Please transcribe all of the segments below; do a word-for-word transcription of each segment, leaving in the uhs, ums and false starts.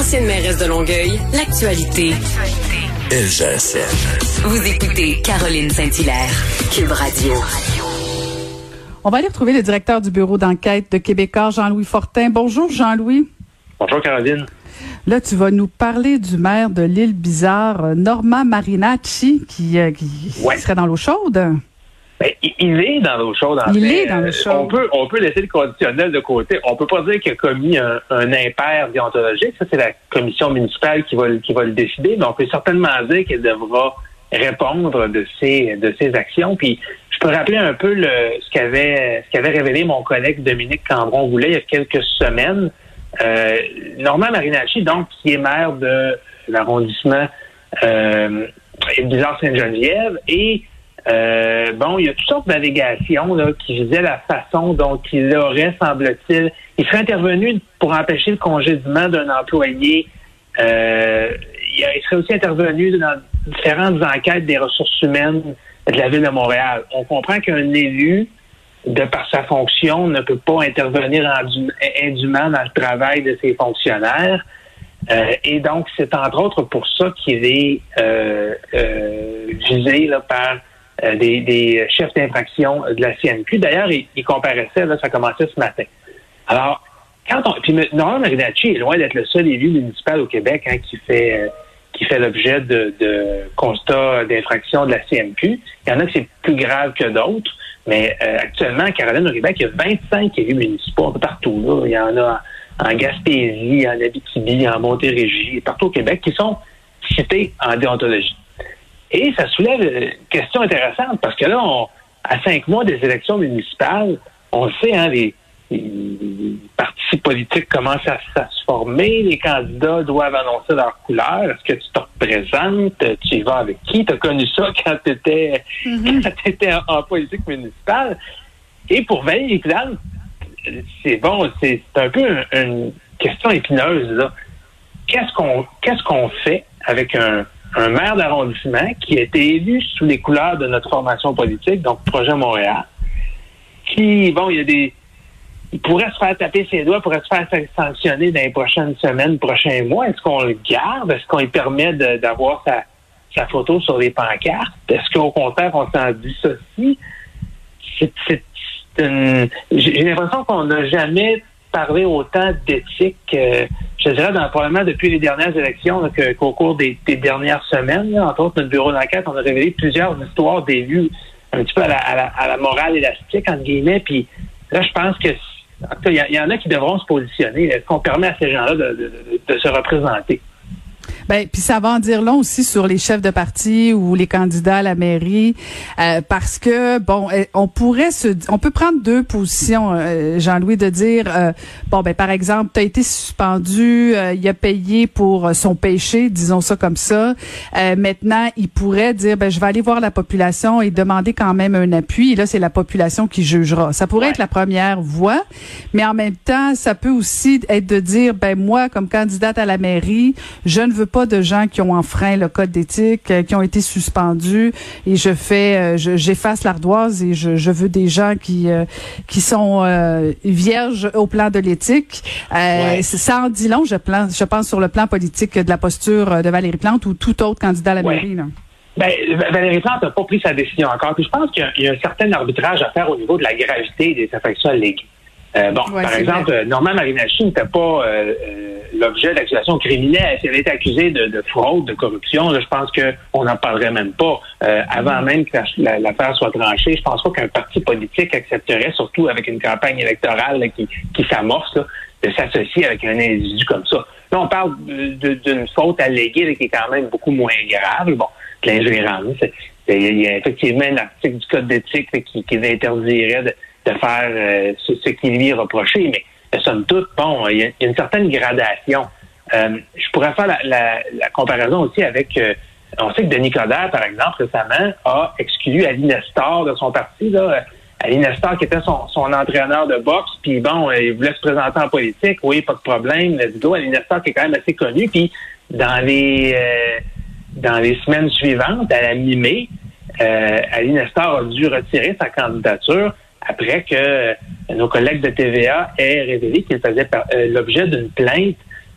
Ancienne mairesse de Longueuil, l'actualité. L G S N. Vous écoutez Caroline Saint-Hilaire, Cube Radio. On va aller retrouver le directeur du bureau d'enquête de Québécois, Jean-Louis Fortin. Bonjour, Jean-Louis. Bonjour, Caroline. Là, tu vas nous parler du maire de l'île Bizarre, Norman Marinacci, qui, euh, qui ouais. serait dans l'eau chaude. Ben, il est dans l'eau chaude. En il fait. est dans l'eau chaude. On peut, on peut laisser le conditionnel de côté. On peut pas dire qu'il a commis un, un impair déontologique. Ça, c'est la commission municipale qui va, qui va le décider. Mais on peut certainement dire qu'il devra répondre de ses, de ses actions. Puis, je peux rappeler un peu le, ce qu'avait, ce qu'avait révélé mon collègue Dominique Cambron-Goulet il y a quelques semaines. Euh, Norman Marinacci, donc, qui est maire de l'arrondissement euh, Bizarre-Sainte-Geneviève, et euh, bon, il y a toutes sortes d'allégations là, qui visaient la façon dont il aurait, semble-t-il, il serait intervenu pour empêcher le congédiement d'un employé. Euh, il serait aussi intervenu dans différentes enquêtes des ressources humaines de la Ville de Montréal. On comprend qu'un élu, de par sa fonction, ne peut pas intervenir indûment dans le travail de ses fonctionnaires. Euh, et donc, c'est entre autres pour ça qu'il est euh, euh, visé là, par euh, des, des chefs d'infraction de la C N Q. D'ailleurs, il, il comparaissait, là, ça commençait ce matin. Alors, quand on... Puis, Norman Marinacci est loin d'être le seul élu municipal au Québec hein, qui fait... Euh, qui fait l'objet de, de constats d'infraction de la C N Q. Il y en a qui c'est plus grave que d'autres, mais euh, actuellement, à Caroline, au Québec, il y a vingt-cinq élus municipaux un peu partout. Là. Il y en a en, en Gaspésie, en Abitibi, en Montérégie, partout au Québec, qui sont cités en déontologie. Et ça soulève une question intéressante, parce que là, on, à cinq mois des élections municipales, on le sait, hein, les les partis politiques commencent à, à se former, les candidats doivent annoncer leur couleur. Est-ce que tu te représentes? Tu y vas avec qui? Tu as connu ça quand tu étais, mm-hmm. en, en politique municipale. Et pour Valérie Plante, c'est bon, c'est, c'est un peu une, une question épineuse, là. Qu'est-ce qu'on, qu'est-ce qu'on fait avec un, un maire d'arrondissement qui a été élu sous les couleurs de notre formation politique, donc Projet Montréal, qui, bon, il y a des il pourrait se faire taper ses doigts, pourrait se faire sanctionner dans les prochaines semaines, prochains mois. Est-ce qu'on le garde? Est-ce qu'on lui permet de, d'avoir sa, sa photo sur les pancartes? Est-ce qu'au contraire, on s'en dissocie? C'est, c'est, c'est une... J'ai l'impression qu'on n'a jamais parlé autant d'éthique, euh, je dirais, dans, probablement depuis les dernières élections, là, que, qu'au cours des, des dernières semaines. Là. Entre autres, notre bureau d'enquête, on a révélé plusieurs histoires d'élus un petit peu à la, à la, à la morale élastique, entre guillemets. Puis là, je pense que il y, y en a qui devront se positionner. Est-ce qu'on permet à ces gens-là de, de, de, de se représenter? Ben, puis ça va en dire long aussi sur les chefs de parti ou les candidats à la mairie, euh, parce que bon, on pourrait se, on peut prendre deux positions, euh, Jean-Louis, de dire euh, bon ben par exemple, tu as été suspendu, euh, il a payé pour son péché, disons ça comme ça. Euh, maintenant, il pourrait dire ben je vais aller voir la population et demander quand même un appui. Et là, c'est la population qui jugera. Ça pourrait ouais. être la première voie, mais en même temps, ça peut aussi être de dire ben moi, comme candidate à la mairie, je ne veux pas de gens qui ont enfreint le code d'éthique, euh, qui ont été suspendus, et je fais, euh, je, j'efface l'ardoise et je, je veux des gens qui euh, qui sont euh, vierges au plan de l'éthique. Euh, ouais. Ça en dit long, je, plan, je pense, sur le plan politique de la posture de Valérie Plante ou tout autre candidat à la ouais. mairie. Là. Ben, Valérie Plante n'a pas pris sa décision encore. Puis je pense qu'il y a, il y a un certain arbitrage à faire au niveau de la gravité des infractions alléguées. Euh, bon, ouais, par exemple, vrai. Norman Marinacci n'était pas euh, euh, l'objet d'accusations criminelles. Si elle était accusée de, de fraude, de corruption, là, je pense qu'on n'en parlerait même pas. Euh, avant mm. même que la, l'affaire soit tranchée, je pense pas qu'un parti politique accepterait, surtout avec une campagne électorale là, qui, qui s'amorce, là, de s'associer avec un individu comme ça. Là, on parle de, d'une faute alléguée là, qui est quand même beaucoup moins grave. Bon, de l'ingérence. Il y a effectivement un article du Code d'éthique là, qui, qui interdirait de de faire euh, ce, ce qui lui est reproché, mais somme toute, bon, il y, y a une certaine gradation. Euh, je pourrais faire la, la, la comparaison aussi avec, euh, on sait que Denis Coderre, par exemple, récemment, a exclu Ali Nestor de son parti, là. Ali Nestor qui était son, son entraîneur de boxe, puis bon, il voulait se présenter en politique, oui, pas de problème, let's go. Ali Nestor qui est quand même assez connu, puis dans les euh, dans les semaines suivantes, à la mi-mai, euh, Ali Nestor a dû retirer sa candidature après que nos collègues de T V A aient révélé qu'il faisait par, euh, l'objet d'une plainte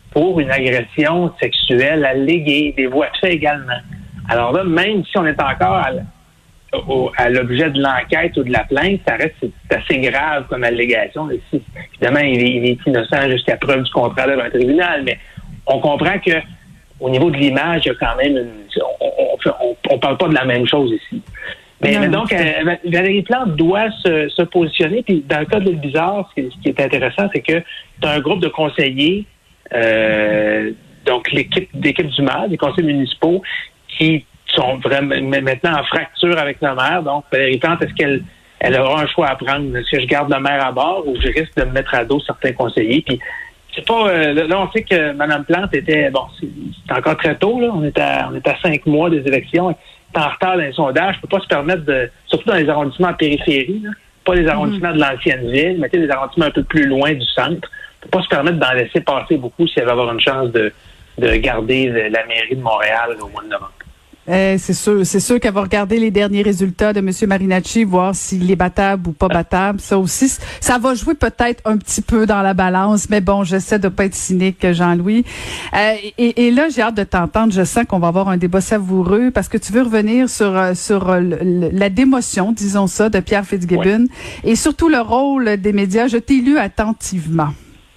pour une agression sexuelle alléguée, des voies de fait également. Alors là, même si on est encore à, au, à l'objet de l'enquête ou de la plainte, ça reste c'est assez grave comme allégation. Si, évidemment, il est, il est innocent jusqu'à preuve du contraire devant un tribunal, mais on comprend que au niveau de l'image, il y a quand même une, on, on, on, on parle pas de la même chose ici. Mais, non, mais donc, euh, Valérie Plante doit se, se positionner. Puis dans le cas de Bizarre, ce qui, ce qui est intéressant, c'est que tu as un groupe de conseillers, euh, donc l'équipe d'équipe du maire, des conseils municipaux, qui sont vraiment maintenant en fracture avec le maire. Donc, Valérie Plante, est-ce qu'elle elle aura un choix à prendre? Est-ce que je garde le maire à bord ou je risque de me mettre à dos certains conseillers? Puis c'est pas euh, là, on sait que Mme Plante était bon, c'est, c'est encore très tôt, là. On est à on est à cinq mois des élections. C'est en retard dans les sondages. Je peux pas se permettre de, surtout dans les arrondissements en périphérie, là, pas les arrondissements mmh. de l'ancienne ville, mais des arrondissements un peu plus loin du centre. On peut pas se permettre d'en laisser passer beaucoup si elle va avoir une chance de, de garder la mairie de Montréal au mois de novembre. Eh, c'est sûr, c'est sûr qu'elle va regarder les derniers résultats de M. Marinacci, voir s'il est battable ou pas battable. Ça aussi, ça va jouer peut-être un petit peu dans la balance, mais bon, j'essaie de pas être cynique, Jean-Louis. Euh, et, et là, j'ai hâte de t'entendre. Je sens qu'on va avoir un débat savoureux parce que tu veux revenir sur sur le, le, la démotion, disons ça, de Pierre Fitzgibbon, ouais. Et surtout le rôle des médias. Je t'ai lu attentivement.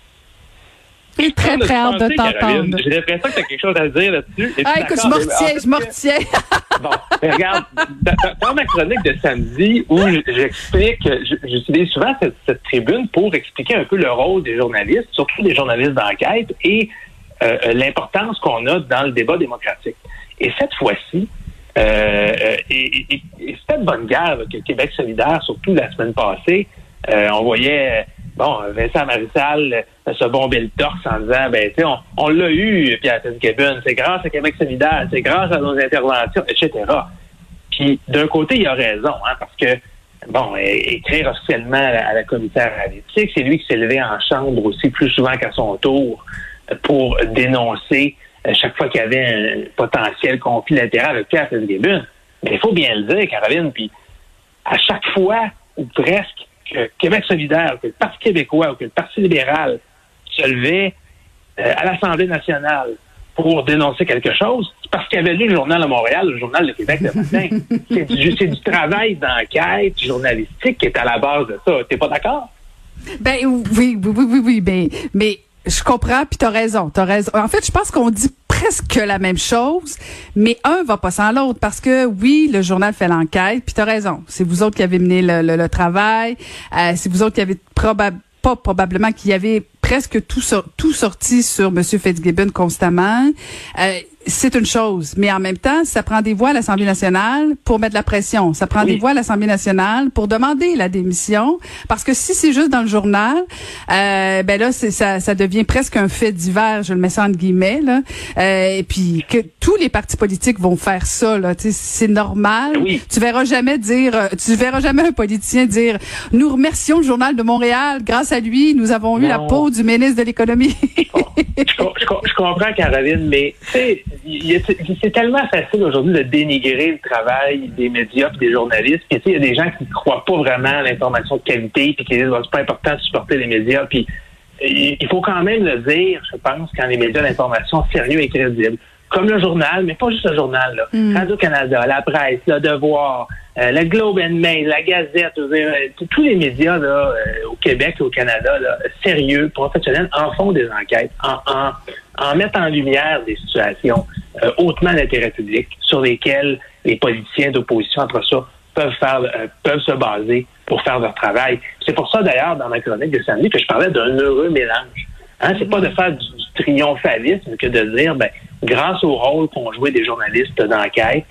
J'ai très, très hâte de t'entendre. J'ai l'impression que tu as quelque chose à dire là-dessus. Ah, écoute, je me retiens, je me retiens. Bon, mais regarde, dans ma chronique de samedi, où j'explique, j'utilise souvent cette, cette tribune pour expliquer un peu le rôle des journalistes, surtout des journalistes d'enquête, et euh, l'importance qu'on a dans le débat démocratique. Et cette fois-ci, euh, et, et, et c'était de bonne guerre que Québec solidaire, surtout la semaine passée, euh, on voyait... Bon, Vincent Marissal se bombait le torse en disant, ben, tu sais, on, on l'a eu, Pierre Fitzgibbon, c'est grâce à Québec solidaire, c'est grâce à nos interventions, et cetera. Puis, d'un côté, il a raison, hein, parce que, bon, écrire officiellement à la, à la commissaire à l'éthique, c'est lui qui s'est levé en chambre aussi plus souvent qu'à son tour pour dénoncer chaque fois qu'il y avait un potentiel conflit d'intérêt avec Pierre Fitzgibbon. Mais il faut bien le dire, Caroline, puis à chaque fois, ou presque, que Québec solidaire, que le Parti québécois ou que le Parti libéral se levait euh, à l'Assemblée nationale pour dénoncer quelque chose, c'est parce qu'il avait lu le Journal de Montréal, le Journal de Québec le matin. c'est, du, c'est du travail d'enquête journalistique qui est à la base de ça. T'es pas d'accord? Ben oui, oui, oui, oui, oui, ben, mais je comprends, puis t'as raison, t'as raison. En fait, je pense qu'on dit presque la même chose, mais un va pas sans l'autre parce que oui, le journal fait l'enquête, puis t'as raison. C'est vous autres qui avez mené le, le, le travail, euh, c'est vous autres qui avez probable pas probablement qui avez presque tout so- tout sorti sur M. Fitzgibbon constamment. Euh, c'est une chose, mais en même temps, ça prend des voix à l'Assemblée nationale pour mettre la pression. Ça prend oui. des voix à l'Assemblée nationale pour demander la démission, parce que si c'est juste dans le journal, euh, ben là, c'est, ça, ça devient presque un fait divers. Je le mets ça entre guillemets là. Euh, et puis que tous les partis politiques vont faire ça là, tu sais, c'est normal. Oui. Tu verras jamais dire, tu verras jamais un politicien dire, nous remercions le Journal de Montréal, grâce à lui, nous avons eu non. la peau du ministre de l'économie. je, je, je, je comprends, Caroline, mais tu sais. C'est tellement facile aujourd'hui de dénigrer le travail des médias et des journalistes. Puis, il y a des gens qui ne croient pas vraiment à l'information de qualité puis qui disent que c'est pas important de supporter les médias. Puis il faut quand même le dire, je pense, quand les médias d'information sérieux et crédibles, comme le journal, mais pas juste le journal, là. Mm. Radio-Canada, la presse, le Devoir, euh, le Globe and Mail, la Gazette, euh, tous les médias là, euh, au Québec et au Canada, là, sérieux, professionnels, en font des enquêtes, en, en, en mettent en lumière des situations euh, hautement d'intérêt public sur lesquelles les politiciens d'opposition, entre ça, peuvent faire, euh, peuvent se baser pour faire leur travail. C'est pour ça, d'ailleurs, dans ma chronique de samedi, que je parlais d'un heureux mélange. Hein, c'est pas de faire du, du triomphalisme que de dire, ben, grâce au rôle qu'ont joué des journalistes d'enquête,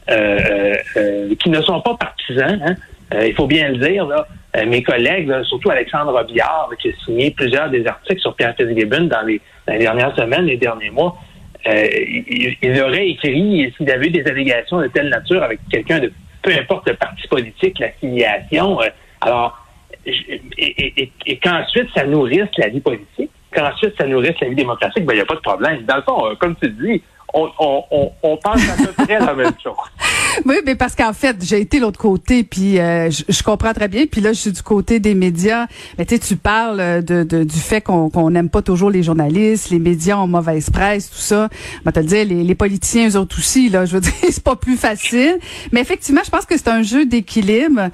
euh, euh, qui ne sont pas partisans, hein, euh, il faut bien le dire, là, euh, mes collègues, là, surtout Alexandre Robillard, là, qui a signé plusieurs des articles sur Pierre Fitzgibbon dans les, dans les dernières semaines, les derniers mois, euh, il, il aurait écrit, s'il avait eu des allégations de telle nature avec quelqu'un de peu importe le parti politique, l'affiliation, euh, alors, et, et, et, et qu'ensuite ça nourrisse la vie politique, qu'ensuite ça nourrisse la vie démocratique, ben il n'y a pas de problème. Dans le fond, comme tu dis, on, on, on, on pense à peu près la même chose. Oui, mais parce qu'en fait, j'ai été l'autre côté, puis euh, je, je comprends très bien. Puis là, je suis du côté des médias. Mais tu sais, tu parles de, de du fait qu'on qu'on n'aime pas toujours les journalistes, les médias ont mauvaise presse, tout ça. Je vais te le dire, les, les politiciens, eux autres aussi, là, je veux dire, c'est pas plus facile. Mais effectivement, je pense que c'est un jeu d'équilibre.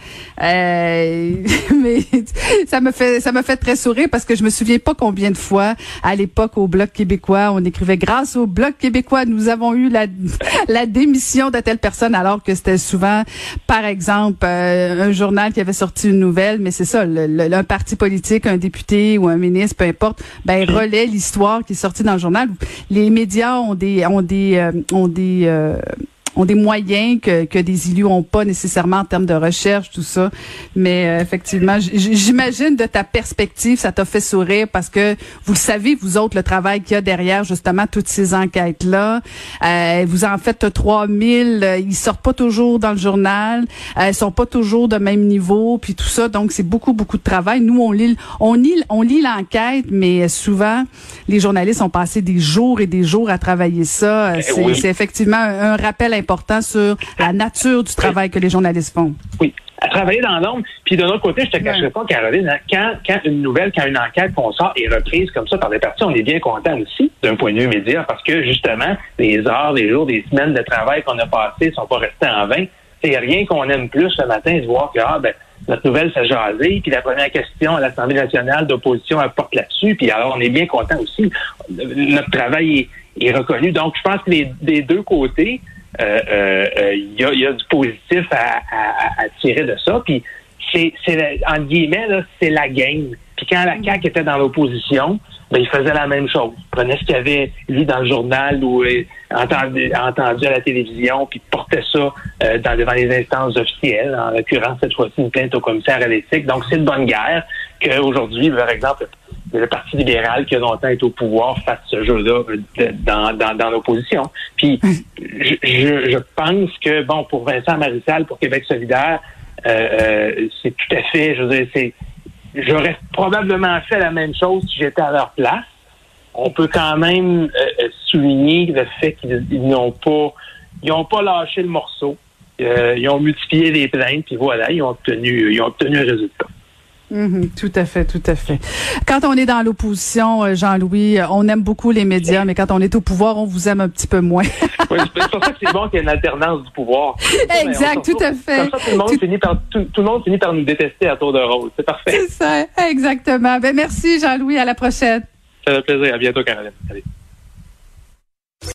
Euh, mais ça me fait ça me fait très sourire parce que je me souviens pas combien de fois, à l'époque, au Bloc québécois, on écrivait « Grâce au Bloc québécois, nous avons eu la, la démission de telle personne », alors que c'était souvent, par exemple, euh, un journal qui avait sorti une nouvelle, mais c'est ça, le, le, un parti politique, un député ou un ministre, peu importe, ben relaie l'histoire qui est sortie dans le journal. Les médias ont des ont des euh, ont des euh, ont des moyens que, que des élus ont pas nécessairement en termes de recherche, tout ça. Mais euh, effectivement, j'imagine de ta perspective, ça t'a fait sourire parce que vous le savez, vous autres, le travail qu'il y a derrière justement toutes ces enquêtes-là. Euh, vous en faites trois mille, euh, ils sortent pas toujours dans le journal, euh, ils sont pas toujours de même niveau, puis tout ça. Donc, c'est beaucoup, beaucoup de travail. Nous, on lit, on lit, on lit l'enquête, mais souvent, les journalistes ont passé des jours et des jours à travailler ça. C'est, oui. c'est effectivement un, un rappel important sur la nature du travail que les journalistes font. Oui, à travailler dans l'ombre. Puis d'un autre côté, je te cacherai ouais. pas, Caroline, quand, quand une nouvelle, quand une enquête qu'on sort est reprise comme ça par des parties, on est bien content aussi d'un point de vue média parce que justement, les heures, les jours, les semaines de travail qu'on a passées sont pas restés en vain. C'est rien qu'on aime plus ce matin de voir que ah, ben, notre nouvelle fait jaser, puis la première question à l'Assemblée nationale d'opposition elle porte là-dessus, puis alors on est bien content aussi. Notre travail est, est reconnu. Donc, je pense que les, des deux côtés, il euh, euh, y, a, y a du positif à, à, à tirer de ça. Puis c'est, c'est en guillemets, là, c'est la game. Puis quand la C A Q était dans l'opposition, ben il faisait la même chose. Il prenait ce qu'il avait lu dans le journal ou euh, entendu, entendu à la télévision, puis portait ça euh, dans, devant les instances officielles. En l'occurrence, cette fois-ci, une plainte au commissaire à l'éthique. Donc, c'est de bonne guerre qu'aujourd'hui, par exemple, le Parti libéral qui a longtemps été au pouvoir fasse ce jeu-là dans, dans, dans l'opposition. Puis, je, je, je pense que, bon, pour Vincent Marissal, pour Québec solidaire, euh, euh, c'est tout à fait, je veux dire, c'est j'aurais probablement fait la même chose si j'étais à leur place. On peut quand même euh, souligner le fait qu'ils ils n'ont pas ils n'ont pas lâché le morceau. Euh, ils ont multiplié les plaintes, puis voilà, ils ont obtenu ils ont obtenu un résultat. Mm-hmm, tout à fait, tout à fait. Quand on est dans l'opposition, Jean-Louis, on aime beaucoup les médias, mais quand on est au pouvoir, on vous aime un petit peu moins. Oui, c'est pour ça que c'est bon qu'il y ait une alternance du pouvoir. Exact, tout à fait. Comme ça, tout le monde tout... finit par tout, tout le monde finit par nous détester à tour de rôle. C'est parfait. C'est ça, exactement. Ben merci, Jean-Louis. À la prochaine. Ça fait plaisir. À bientôt, Caroline. Salut.